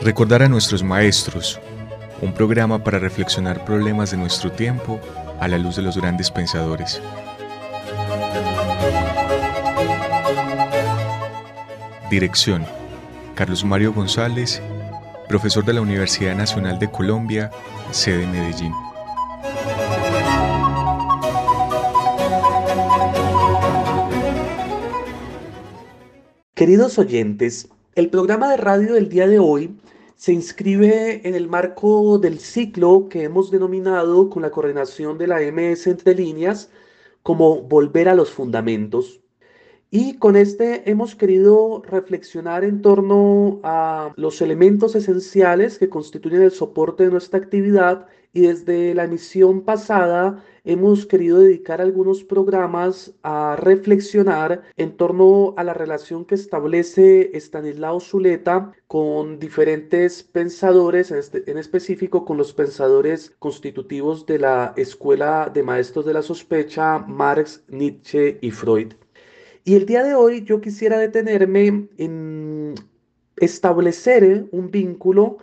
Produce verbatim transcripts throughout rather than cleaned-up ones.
Recordar a nuestros maestros, un programa para reflexionar problemas de nuestro tiempo a la luz de los grandes pensadores. Dirección: Carlos Mario González, profesor de la Universidad Nacional de Colombia, sede Medellín. Queridos oyentes, el programa de radio del día de hoy se inscribe en el marco del ciclo que hemos denominado con la coordinación de la M S Entre Líneas como Volver a los Fundamentos. Y con este hemos querido reflexionar en torno a los elementos esenciales que constituyen el soporte de nuestra actividad, y desde la emisión pasada hemos querido dedicar algunos programas a reflexionar en torno a la relación que establece Estanislao Zuleta con diferentes pensadores, en, este, en específico con los pensadores constitutivos de la Escuela de Maestros de la Sospecha, Marx, Nietzsche y Freud. Y el día de hoy yo quisiera detenerme en establecer un vínculo,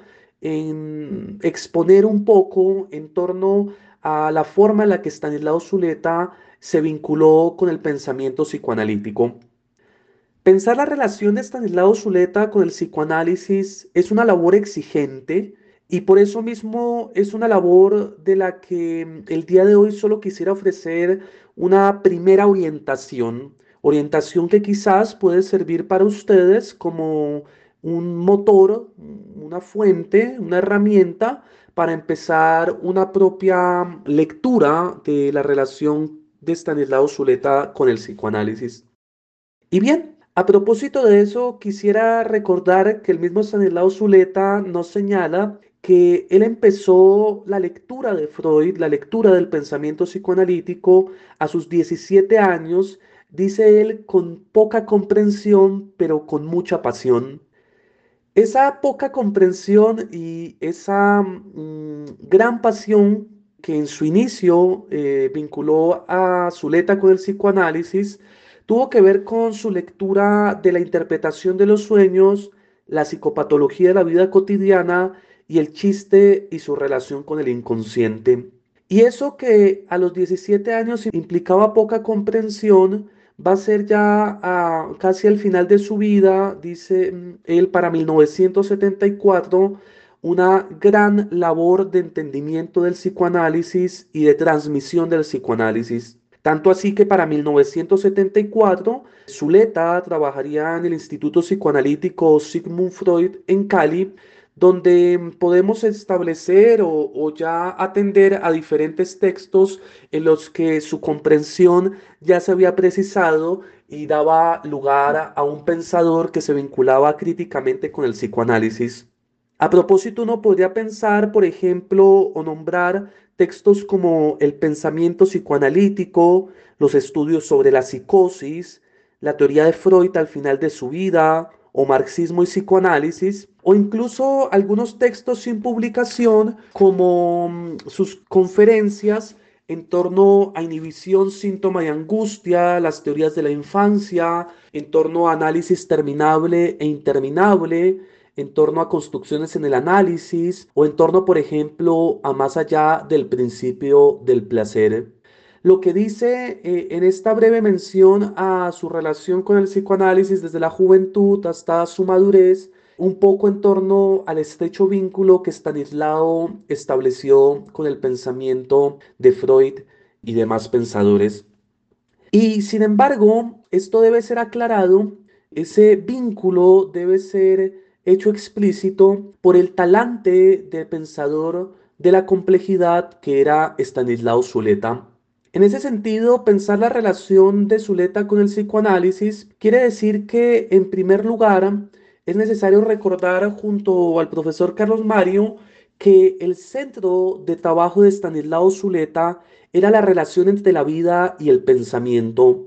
en exponer un poco en torno a la forma en la que Stanislao Zuleta se vinculó con el pensamiento psicoanalítico. Pensar la relación de Stanislao Zuleta con el psicoanálisis es una labor exigente, y por eso mismo es una labor de la que el día de hoy solo quisiera ofrecer una primera orientación, orientación que quizás puede servir para ustedes como un motor, una fuente, una herramienta para empezar una propia lectura de la relación de Stanislao Zuleta con el psicoanálisis. Y bien, a propósito de eso, quisiera recordar que el mismo Stanislao Zuleta nos señala que él empezó la lectura de Freud, la lectura del pensamiento psicoanalítico a sus diecisiete años, dice él, con poca comprensión, pero con mucha pasión. Esa poca comprensión y esa mm, gran pasión que en su inicio eh, vinculó a Zuleta con el psicoanálisis tuvo que ver con su lectura de la interpretación de los sueños, la psicopatología de la vida cotidiana y el chiste y su relación con el inconsciente. Y eso que a los diecisiete años implicaba poca comprensión, va a ser ya a, casi al final de su vida, dice mm, él, para mil novecientos setenta y cuatro, una gran labor de entendimiento del psicoanálisis y de transmisión del psicoanálisis. Tanto así que para mil novecientos setenta y cuatro, Zuleta trabajaría en el Instituto Psicoanalítico Sigmund Freud en Cali, donde podemos establecer o, o ya atender a diferentes textos en los que su comprensión ya se había precisado y daba lugar a, a un pensador que se vinculaba críticamente con el psicoanálisis. A propósito, uno podría pensar, por ejemplo, o nombrar textos como el pensamiento psicoanalítico, los estudios sobre la psicosis, la teoría de Freud al final de su vida, o marxismo y psicoanálisis, o incluso algunos textos sin publicación como mm, sus conferencias en torno a inhibición, síntoma y angustia, las teorías de la infancia, en torno a análisis terminable e interminable, en torno a construcciones en el análisis, o en torno, por ejemplo, a más allá del principio del placer. Lo que dice eh, en esta breve mención a su relación con el psicoanálisis desde la juventud hasta su madurez, un poco en torno al estrecho vínculo que Stanislao estableció con el pensamiento de Freud y demás pensadores. Y sin embargo, esto debe ser aclarado, ese vínculo debe ser hecho explícito por el talante de pensador de la complejidad que era Stanislao Zuleta. En ese sentido, pensar la relación de Zuleta con el psicoanálisis quiere decir que, en primer lugar, es necesario recordar junto al profesor Carlos Mario que el centro de trabajo de Stanislao Zuleta era la relación entre la vida y el pensamiento.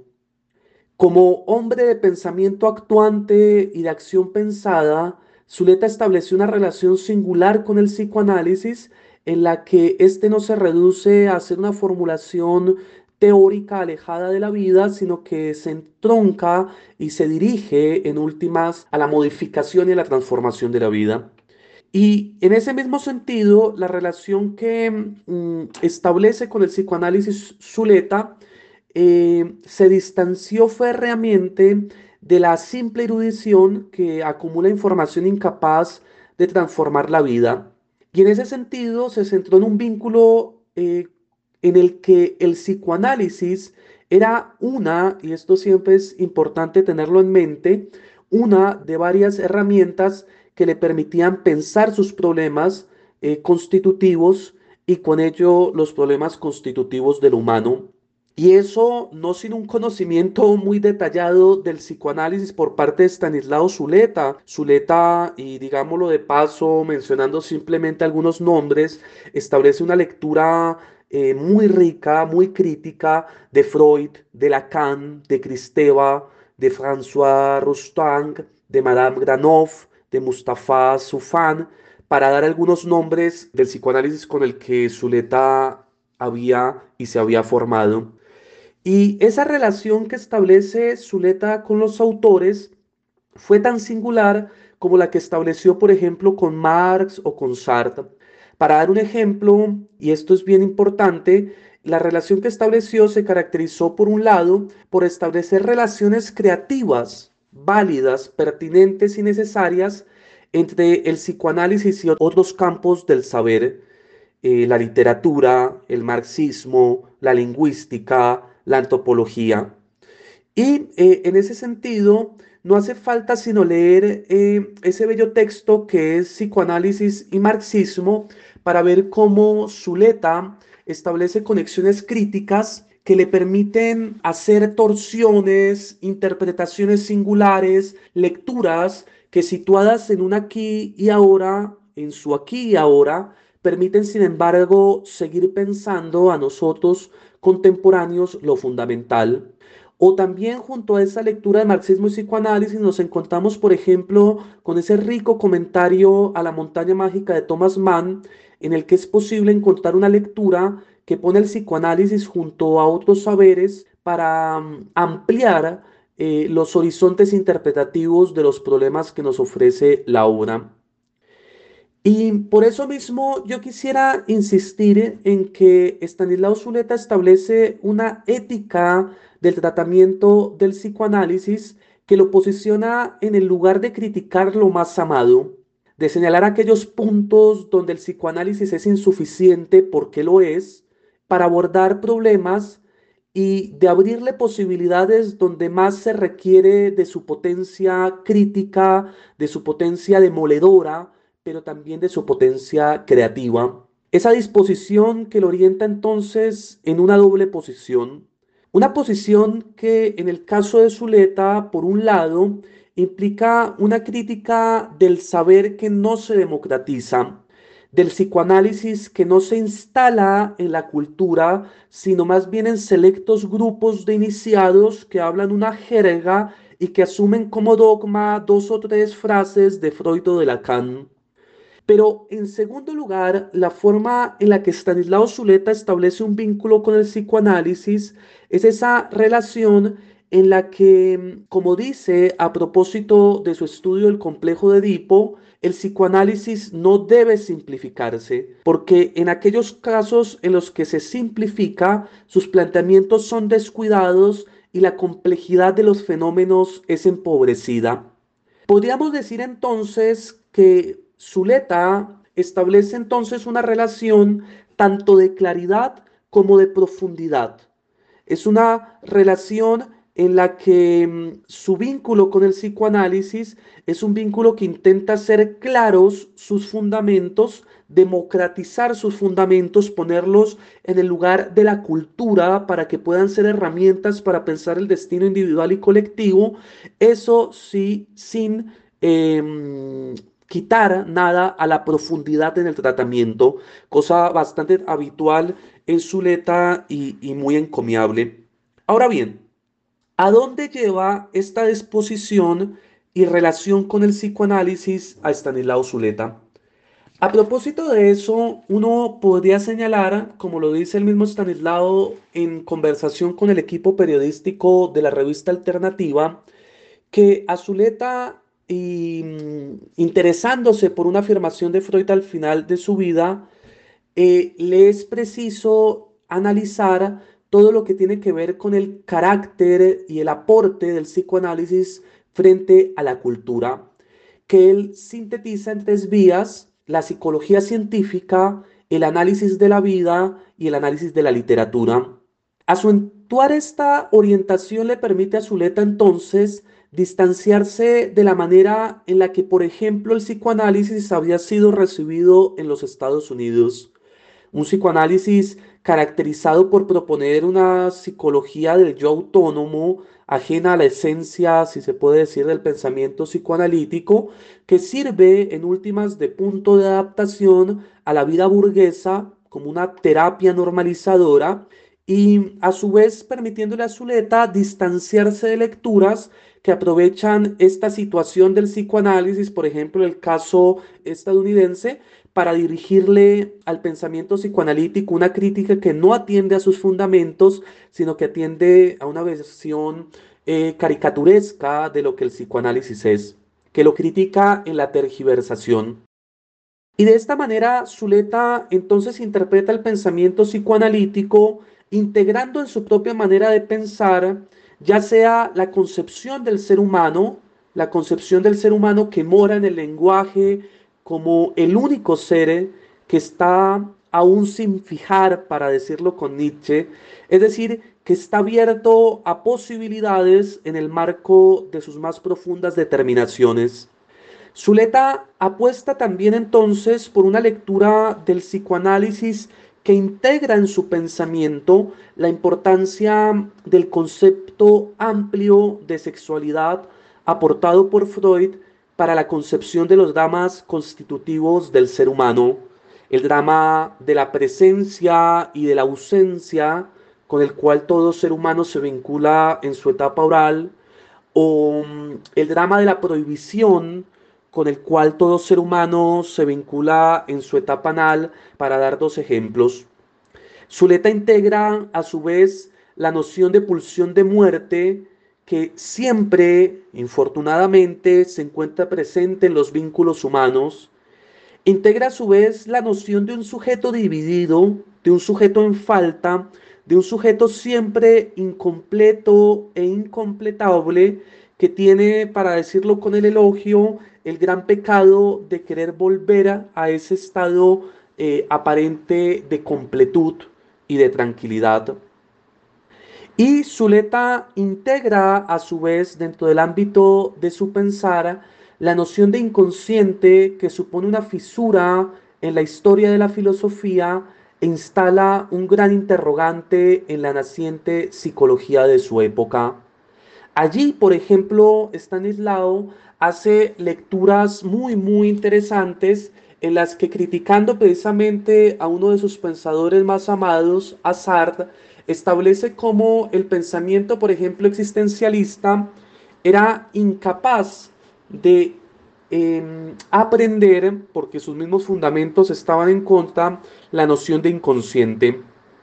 Como hombre de pensamiento actuante y de acción pensada, Zuleta estableció una relación singular con el psicoanálisis en la que éste no se reduce a ser una formulación teórica alejada de la vida, sino que se entronca y se dirige en últimas a la modificación y a la transformación de la vida. Y en ese mismo sentido, la relación que mm, establece con el psicoanálisis Zuleta eh, se distanció férreamente de la simple erudición que acumula información incapaz de transformar la vida. Y en ese sentido se centró en un vínculo eh, en el que el psicoanálisis era una, y esto siempre es importante tenerlo en mente, una de varias herramientas que le permitían pensar sus problemas eh, constitutivos y con ello los problemas constitutivos del humano. Y eso no sin un conocimiento muy detallado del psicoanálisis por parte de Stanislao Zuleta. Zuleta, y digámoslo de paso, mencionando simplemente algunos nombres, establece una lectura eh, muy rica, muy crítica de Freud, de Lacan, de Kristeva, de François Rostand, de Madame Granoff, de Mustafa Sufan, para dar algunos nombres del psicoanálisis con el que Zuleta había y se había formado. Y esa relación que establece Zuleta con los autores fue tan singular como la que estableció, por ejemplo, con Marx o con Sartre. Para dar un ejemplo, y esto es bien importante, la relación que estableció se caracterizó, por un lado, por establecer relaciones creativas, válidas, pertinentes y necesarias entre el psicoanálisis y otros campos del saber, eh, la literatura, el marxismo, la lingüística, la antropología. Y eh, en ese sentido, no hace falta sino leer eh, ese bello texto que es Psicoanálisis y Marxismo para ver cómo Zuleta establece conexiones críticas que le permiten hacer torsiones, interpretaciones singulares, lecturas que situadas en un aquí y ahora, en su aquí y ahora, permiten sin embargo seguir pensando a nosotros contemporáneos lo fundamental. O también junto a esa lectura de marxismo y psicoanálisis nos encontramos, por ejemplo, con ese rico comentario a la montaña mágica de Thomas Mann, en el que es posible encontrar una lectura que pone el psicoanálisis junto a otros saberes para um, ampliar eh, los horizontes interpretativos de los problemas que nos ofrece la obra. Y por eso mismo yo quisiera insistir en que Stanislao Zuleta establece una ética del tratamiento del psicoanálisis que lo posiciona en el lugar de criticar lo más amado, de señalar aquellos puntos donde el psicoanálisis es insuficiente porque lo es, para abordar problemas y de abrirle posibilidades donde más se requiere de su potencia crítica, de su potencia demoledora, pero también de su potencia creativa. Esa disposición que lo orienta entonces en una doble posición. Una posición que en el caso de Zuleta, por un lado, implica una crítica del saber que no se democratiza, del psicoanálisis que no se instala en la cultura, sino más bien en selectos grupos de iniciados que hablan una jerga y que asumen como dogma dos o tres frases de Freud o de Lacan. Pero en segundo lugar, la forma en la que Stanislao Zuleta establece un vínculo con el psicoanálisis es esa relación en la que, como dice a propósito de su estudio del complejo de Edipo, el psicoanálisis no debe simplificarse, porque en aquellos casos en los que se simplifica, sus planteamientos son descuidados y la complejidad de los fenómenos es empobrecida. Podríamos decir entonces que Zuleta establece entonces una relación tanto de claridad como de profundidad. Es una relación en la que mm, su vínculo con el psicoanálisis es un vínculo que intenta hacer claros sus fundamentos, democratizar sus fundamentos, ponerlos en el lugar de la cultura para que puedan ser herramientas para pensar el destino individual y colectivo. Eso sí, sin eh, quitar nada a la profundidad en el tratamiento, cosa bastante habitual en Zuleta y, y muy encomiable. Ahora bien, ¿a dónde lleva esta disposición y relación con el psicoanálisis a Stanislao Zuleta? A propósito de eso, uno podría señalar, como lo dice el mismo Stanislao en conversación con el equipo periodístico de la revista Alternativa, que a Zuleta y mm, interesándose por una afirmación de Freud al final de su vida, eh, le es preciso analizar todo lo que tiene que ver con el carácter y el aporte del psicoanálisis frente a la cultura, que él sintetiza en tres vías: la psicología científica, el análisis de la vida y el análisis de la literatura. Acentuar esta orientación le permite a Zuleta entonces distanciarse de la manera en la que, por ejemplo, el psicoanálisis había sido recibido en los Estados Unidos. Un psicoanálisis caracterizado por proponer una psicología del yo autónomo, ajena a la esencia, si se puede decir, del pensamiento psicoanalítico, que sirve en últimas de punto de adaptación a la vida burguesa como una terapia normalizadora y a su vez permitiéndole a Zuleta distanciarse de lecturas que aprovechan esta situación del psicoanálisis, por ejemplo, el caso estadounidense, para dirigirle al pensamiento psicoanalítico una crítica que no atiende a sus fundamentos, sino que atiende a una versión eh, caricaturesca de lo que el psicoanálisis es, que lo critica en la tergiversación. Y de esta manera, Zuleta entonces interpreta el pensamiento psicoanalítico integrando en su propia manera de pensar, ya sea la concepción del ser humano, la concepción del ser humano que mora en el lenguaje como el único ser que está aún sin fijar, para decirlo con Nietzsche, es decir, que está abierto a posibilidades en el marco de sus más profundas determinaciones. Zuleta apuesta también entonces por una lectura del psicoanálisis que integra en su pensamiento la importancia del concepto amplio de sexualidad aportado por Freud para la concepción de los dramas constitutivos del ser humano, el drama de la presencia y de la ausencia con el cual todo ser humano se vincula en su etapa oral, o mm, el drama de la prohibición con el cual todo ser humano se vincula en su etapa anal, para dar dos ejemplos. Zuleta integra a su vez la noción de pulsión de muerte que siempre, infortunadamente, se encuentra presente en los vínculos humanos. Integra a su vez la noción de un sujeto dividido, de un sujeto en falta, de un sujeto siempre incompleto e incompletable, que tiene, para decirlo con el elogio, el gran pecado de querer volver a, a ese estado eh, aparente de completud y de tranquilidad. Y Zuleta integra a su vez dentro del ámbito de su pensar la noción de inconsciente, que supone una fisura en la historia de la filosofía e instala un gran interrogante en la naciente psicología de su época. Allí, por ejemplo, Stanislao hace lecturas muy, muy interesantes en las que, criticando precisamente a uno de sus pensadores más amados, a Sartre, establece cómo el pensamiento, por ejemplo, existencialista era incapaz de eh, aprender, porque sus mismos fundamentos estaban en contra, la noción de inconsciente.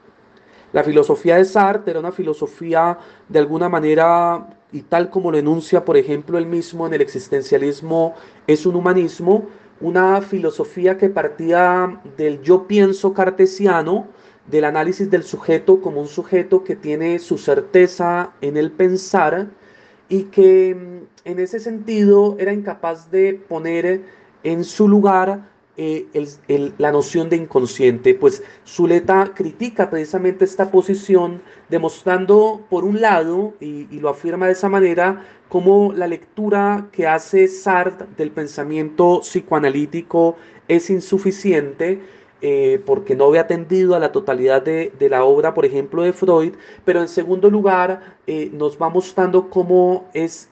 La filosofía de Sartre era una filosofía de alguna manera, y tal como lo enuncia, por ejemplo, él mismo en el existencialismo, es un humanismo, una filosofía que partía del yo pienso cartesiano, del análisis del sujeto como un sujeto que tiene su certeza en el pensar y que mm, en ese sentido era incapaz de poner en su lugar eh, el, el, la noción de inconsciente. Pues Zuleta critica precisamente esta posición, demostrando por un lado, y, y lo afirma de esa manera, cómo la lectura que hace Sartre del pensamiento psicoanalítico es insuficiente, eh, porque no ve atendido a la totalidad de, de, la obra, por ejemplo, de Freud, pero en segundo lugar eh, nos va mostrando cómo es,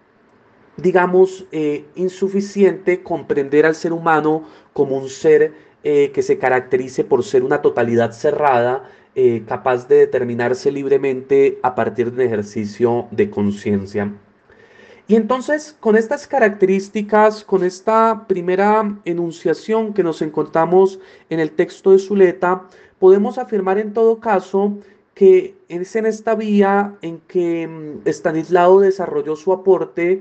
digamos, eh, insuficiente comprender al ser humano como un ser eh, que se caracterice por ser una totalidad cerrada, eh, capaz de determinarse libremente a partir del ejercicio de conciencia. Y entonces, con estas características, con esta primera enunciación que nos encontramos en el texto de Zuleta, podemos afirmar en todo caso que es en esta vía en que Stanislao desarrolló su aporte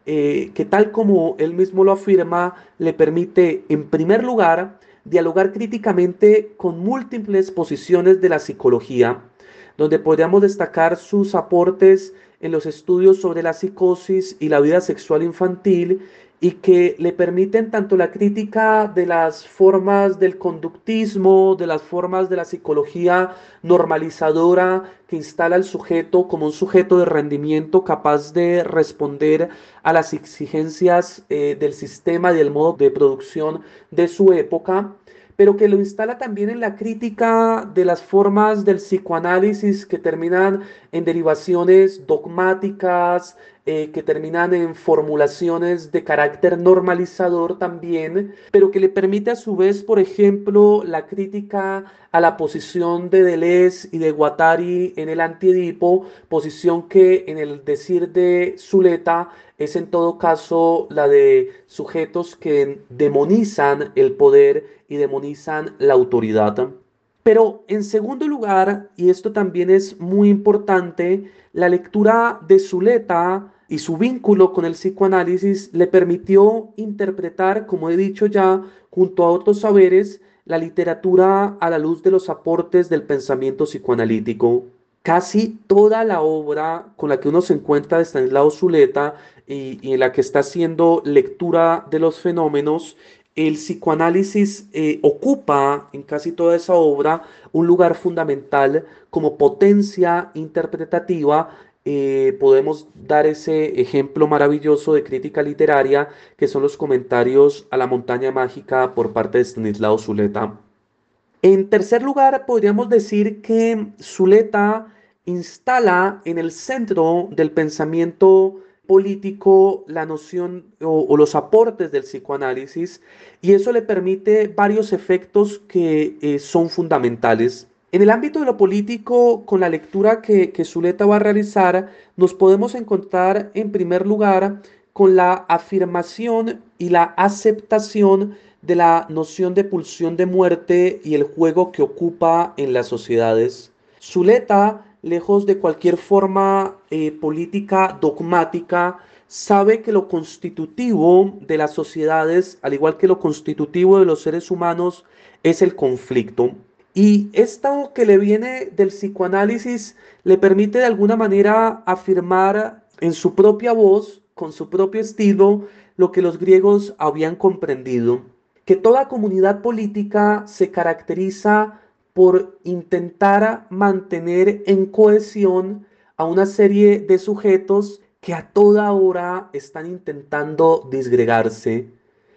eh, que tal como él mismo lo afirma, le permite, en primer lugar, dialogar críticamente con múltiples posiciones de la psicología, donde podríamos destacar sus aportes en los estudios sobre la psicosis y la vida sexual infantil, y que le permiten tanto la crítica de las formas del conductismo, de las formas de la psicología normalizadora que instala al sujeto como un sujeto de rendimiento capaz de responder a las exigencias eh, del sistema y del modo de producción de su época, pero que lo instala también en la crítica de las formas del psicoanálisis que terminan en derivaciones dogmáticas, eh, que terminan en formulaciones de carácter normalizador también, pero que le permite a su vez, por ejemplo, la crítica a la posición de Deleuze y de Guattari en el Antiedipo, posición que en el decir de Zuleta es en todo caso la de sujetos que demonizan el poder y demonizan la autoridad. Pero en segundo lugar, y esto también es muy importante, la lectura de Zuleta y su vínculo con el psicoanálisis le permitió interpretar, como he dicho ya, junto a otros saberes, la literatura a la luz de los aportes del pensamiento psicoanalítico. Casi toda la obra con la que uno se encuentra de Stanislao Zuleta y, y en la que está haciendo lectura de los fenómenos, el psicoanálisis eh, ocupa en casi toda esa obra un lugar fundamental como potencia interpretativa. Eh, podemos dar ese ejemplo maravilloso de crítica literaria que son los comentarios a la montaña mágica por parte de Stanislao Zuleta. En tercer lugar, podríamos decir que Zuleta instala en el centro del pensamiento político la noción o, o los aportes del psicoanálisis, y eso le permite varios efectos que eh, son fundamentales. En el ámbito de lo político, con la lectura que, que Zuleta va a realizar, nos podemos encontrar en primer lugar con la afirmación y la aceptación de la noción de pulsión de muerte y el juego que ocupa en las sociedades. Zuleta, lejos de cualquier forma eh, política dogmática, sabe que lo constitutivo de las sociedades, al igual que lo constitutivo de los seres humanos, es el conflicto. Y esto que le viene del psicoanálisis le permite de alguna manera afirmar en su propia voz, con su propio estilo, lo que los griegos habían comprendido, que toda comunidad política se caracteriza por intentar mantener en cohesión a una serie de sujetos que a toda hora están intentando disgregarse,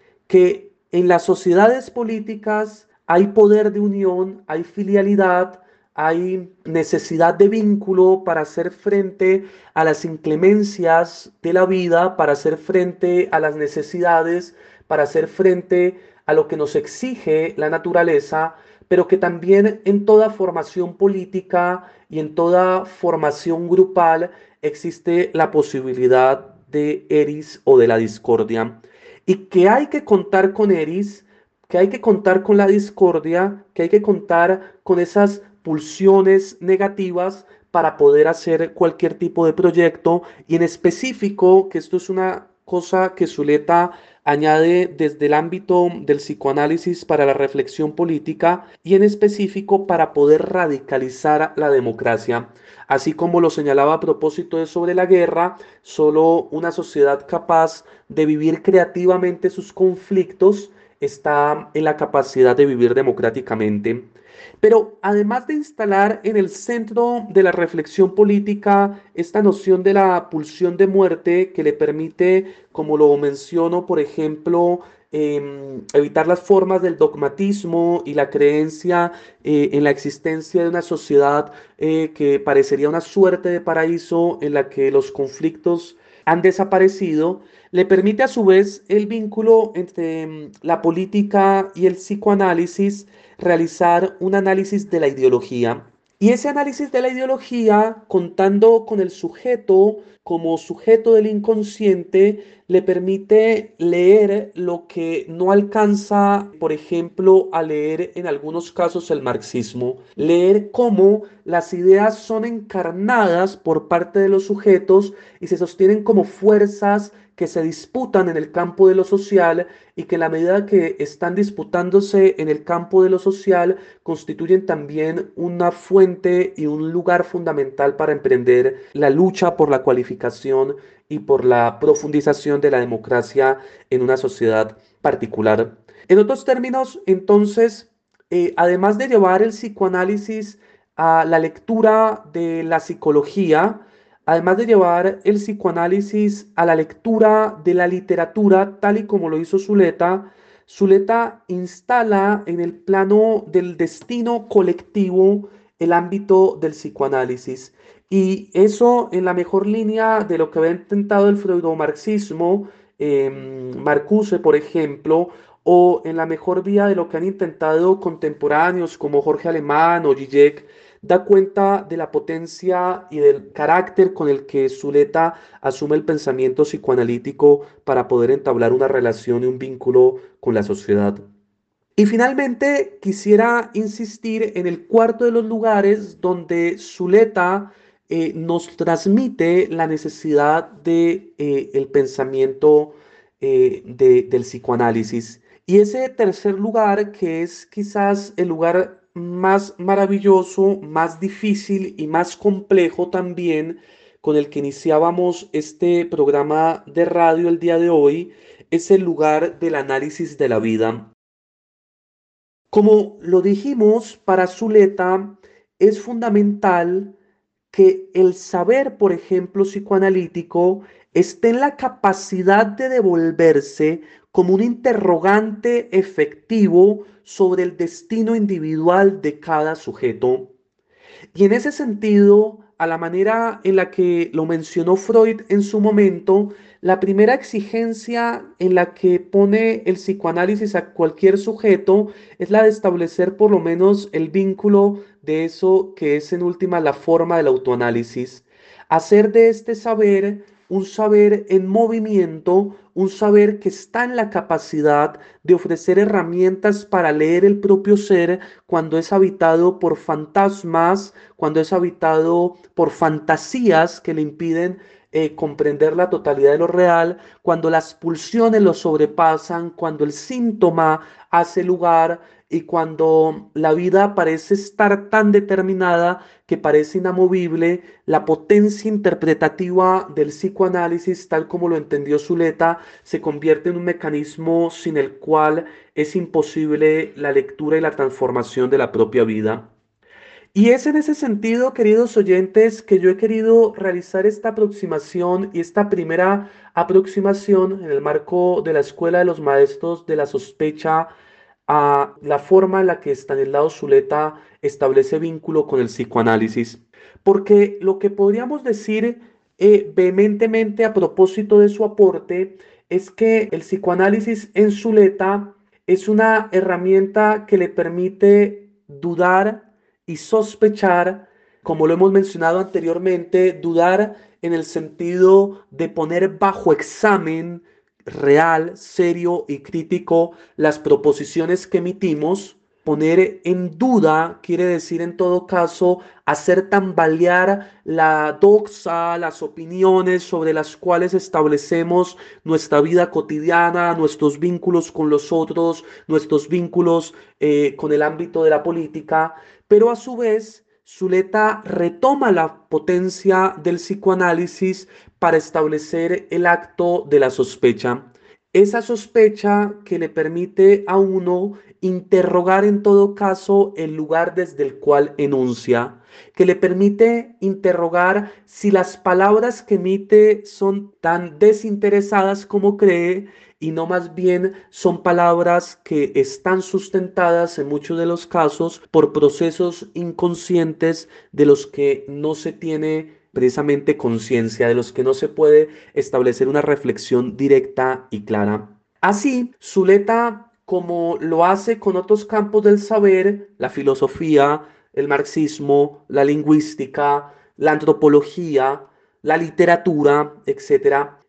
que en las sociedades políticas hay poder de unión, hay filialidad, hay necesidad de vínculo para hacer frente a las inclemencias de la vida, para hacer frente a las necesidades, para hacer frente a lo que nos exige la naturaleza, pero que también en toda formación política y en toda formación grupal existe la posibilidad de eris o de la discordia, y que hay que contar con eris, que hay que contar con la discordia, que hay que contar con esas pulsiones negativas para poder hacer cualquier tipo de proyecto, y en específico, que esto es una cosa que Zuleta añade desde el ámbito del psicoanálisis para la reflexión política, y en específico para poder radicalizar la democracia. Así como lo señalaba a propósito de sobre la guerra, solo una sociedad capaz de vivir creativamente sus conflictos está en la capacidad de vivir democráticamente. Pero además de instalar en el centro de la reflexión política esta noción de la pulsión de muerte que le permite, como lo menciono, por ejemplo, eh, evitar las formas del dogmatismo y la creencia eh, en la existencia de una sociedad eh, que parecería una suerte de paraíso en la que los conflictos han desaparecido, le permite a su vez el vínculo entre mm, la política y el psicoanálisis realizar un análisis de la ideología. Y ese análisis de la ideología, contando con el sujeto como sujeto del inconsciente, le permite leer lo que no alcanza, por ejemplo, a leer en algunos casos el marxismo. Leer cómo las ideas son encarnadas por parte de los sujetos y se sostienen como fuerzas que se disputan en el campo de lo social y que en la medida que están disputándose en el campo de lo social constituyen también una fuente y un lugar fundamental para emprender la lucha por la cualificación y por la profundización de la democracia en una sociedad particular. En otros términos, entonces, eh, además de llevar el psicoanálisis a la lectura de la psicología, además de llevar el psicoanálisis a la lectura de la literatura, tal y como lo hizo Zuleta, Zuleta instala en el plano del destino colectivo el ámbito del psicoanálisis. Y eso en la mejor línea de lo que había intentado el freudomarxismo, eh, Marcuse, por ejemplo, o en la mejor vía de lo que han intentado contemporáneos como Jorge Alemán o Zizek, da cuenta de la potencia y del carácter con el que Zuleta asume el pensamiento psicoanalítico para poder entablar una relación y un vínculo con la sociedad. Y finalmente quisiera insistir en el cuarto de los lugares donde Zuleta eh, nos transmite la necesidad de eh, el pensamiento eh, de- del psicoanálisis. Y ese tercer lugar, que es quizás el lugar más maravilloso, más difícil y más complejo también, con el que iniciábamos este programa de radio el día de hoy, es el lugar del análisis de la vida. Como lo dijimos, para Zuleta es fundamental que el saber, por ejemplo, psicoanalítico, esté en la capacidad de devolverse como un interrogante efectivo sobre el destino individual de cada sujeto. Y en ese sentido, a la manera en la que lo mencionó Freud en su momento, la primera exigencia en la que pone el psicoanálisis a cualquier sujeto es la de establecer por lo menos el vínculo de eso que es en última la forma del autoanálisis. Hacer de este saber un saber en movimiento, un saber que está en la capacidad de ofrecer herramientas para leer el propio ser cuando es habitado por fantasmas, cuando es habitado por fantasías que le impiden eh, comprender la totalidad de lo real, cuando las pulsiones lo sobrepasan, cuando el síntoma hace lugar y cuando la vida parece estar tan determinada que parece inamovible, la potencia interpretativa del psicoanálisis, tal como lo entendió Zuleta, se convierte en un mecanismo sin el cual es imposible la lectura y la transformación de la propia vida. Y es en ese sentido, queridos oyentes, que yo he querido realizar esta aproximación y esta primera aproximación en el marco de la Escuela de los Maestros de la Sospecha a la forma en la que Stanislao Zuleta establece vínculo con el psicoanálisis. Porque lo que podríamos decir eh, vehementemente a propósito de su aporte es que el psicoanálisis en Zuleta es una herramienta que le permite dudar y sospechar, como lo hemos mencionado anteriormente, dudar en el sentido de poner bajo examen real, serio y crítico las proposiciones que emitimos. Poner en duda quiere decir en todo caso hacer tambalear la doxa, las opiniones sobre las cuales establecemos nuestra vida cotidiana, nuestros vínculos con los otros, nuestros vínculos eh, con el ámbito de la política, pero a su vez Zuleta retoma la potencia del psicoanálisis para establecer el acto de la sospecha. Esa sospecha que le permite a uno interrogar en todo caso el lugar desde el cual enuncia, que le permite interrogar si las palabras que emite son tan desinteresadas como cree y no más bien son palabras que están sustentadas en muchos de los casos por procesos inconscientes de los que no se tiene precisamente conciencia, de los que no se puede establecer una reflexión directa y clara. Así, Zuleta, como lo hace con otros campos del saber, la filosofía, el marxismo, la lingüística, la antropología, la literatura, etcétera,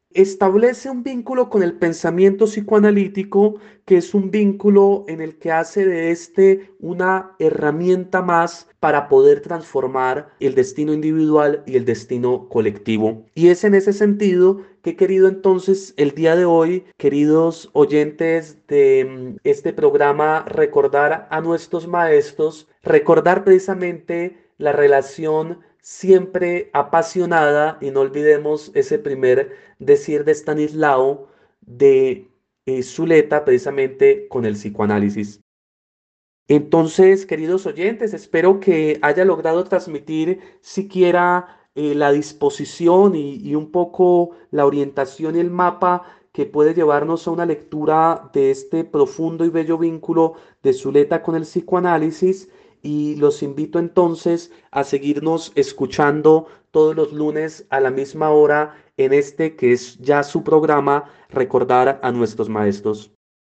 establece un vínculo con el pensamiento psicoanalítico, que es un vínculo en el que hace de este una herramienta más para poder transformar el destino individual y el destino colectivo. Y es en ese sentido que he querido entonces el día de hoy, queridos oyentes de mm, este programa, recordar a nuestros maestros, recordar precisamente la relación siempre apasionada, y no olvidemos ese primer decir de Stanislao de eh, Zuleta precisamente con el psicoanálisis. Entonces, queridos oyentes, espero que haya logrado transmitir siquiera eh, la disposición y, y un poco la orientación y el mapa que puede llevarnos a una lectura de este profundo y bello vínculo de Zuleta con el psicoanálisis. Y los invito entonces a seguirnos escuchando todos los lunes a la misma hora en este que es ya su programa, Recordar a nuestros maestros.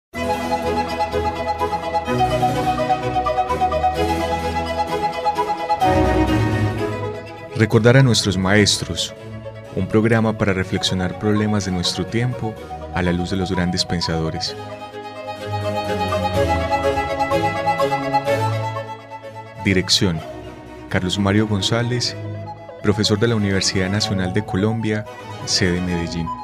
Recordar a nuestros maestros, un programa para reflexionar problemas de nuestro tiempo a la luz de los grandes pensadores. Dirección: Carlos Mario González, profesor de la Universidad Nacional de Colombia, sede Medellín.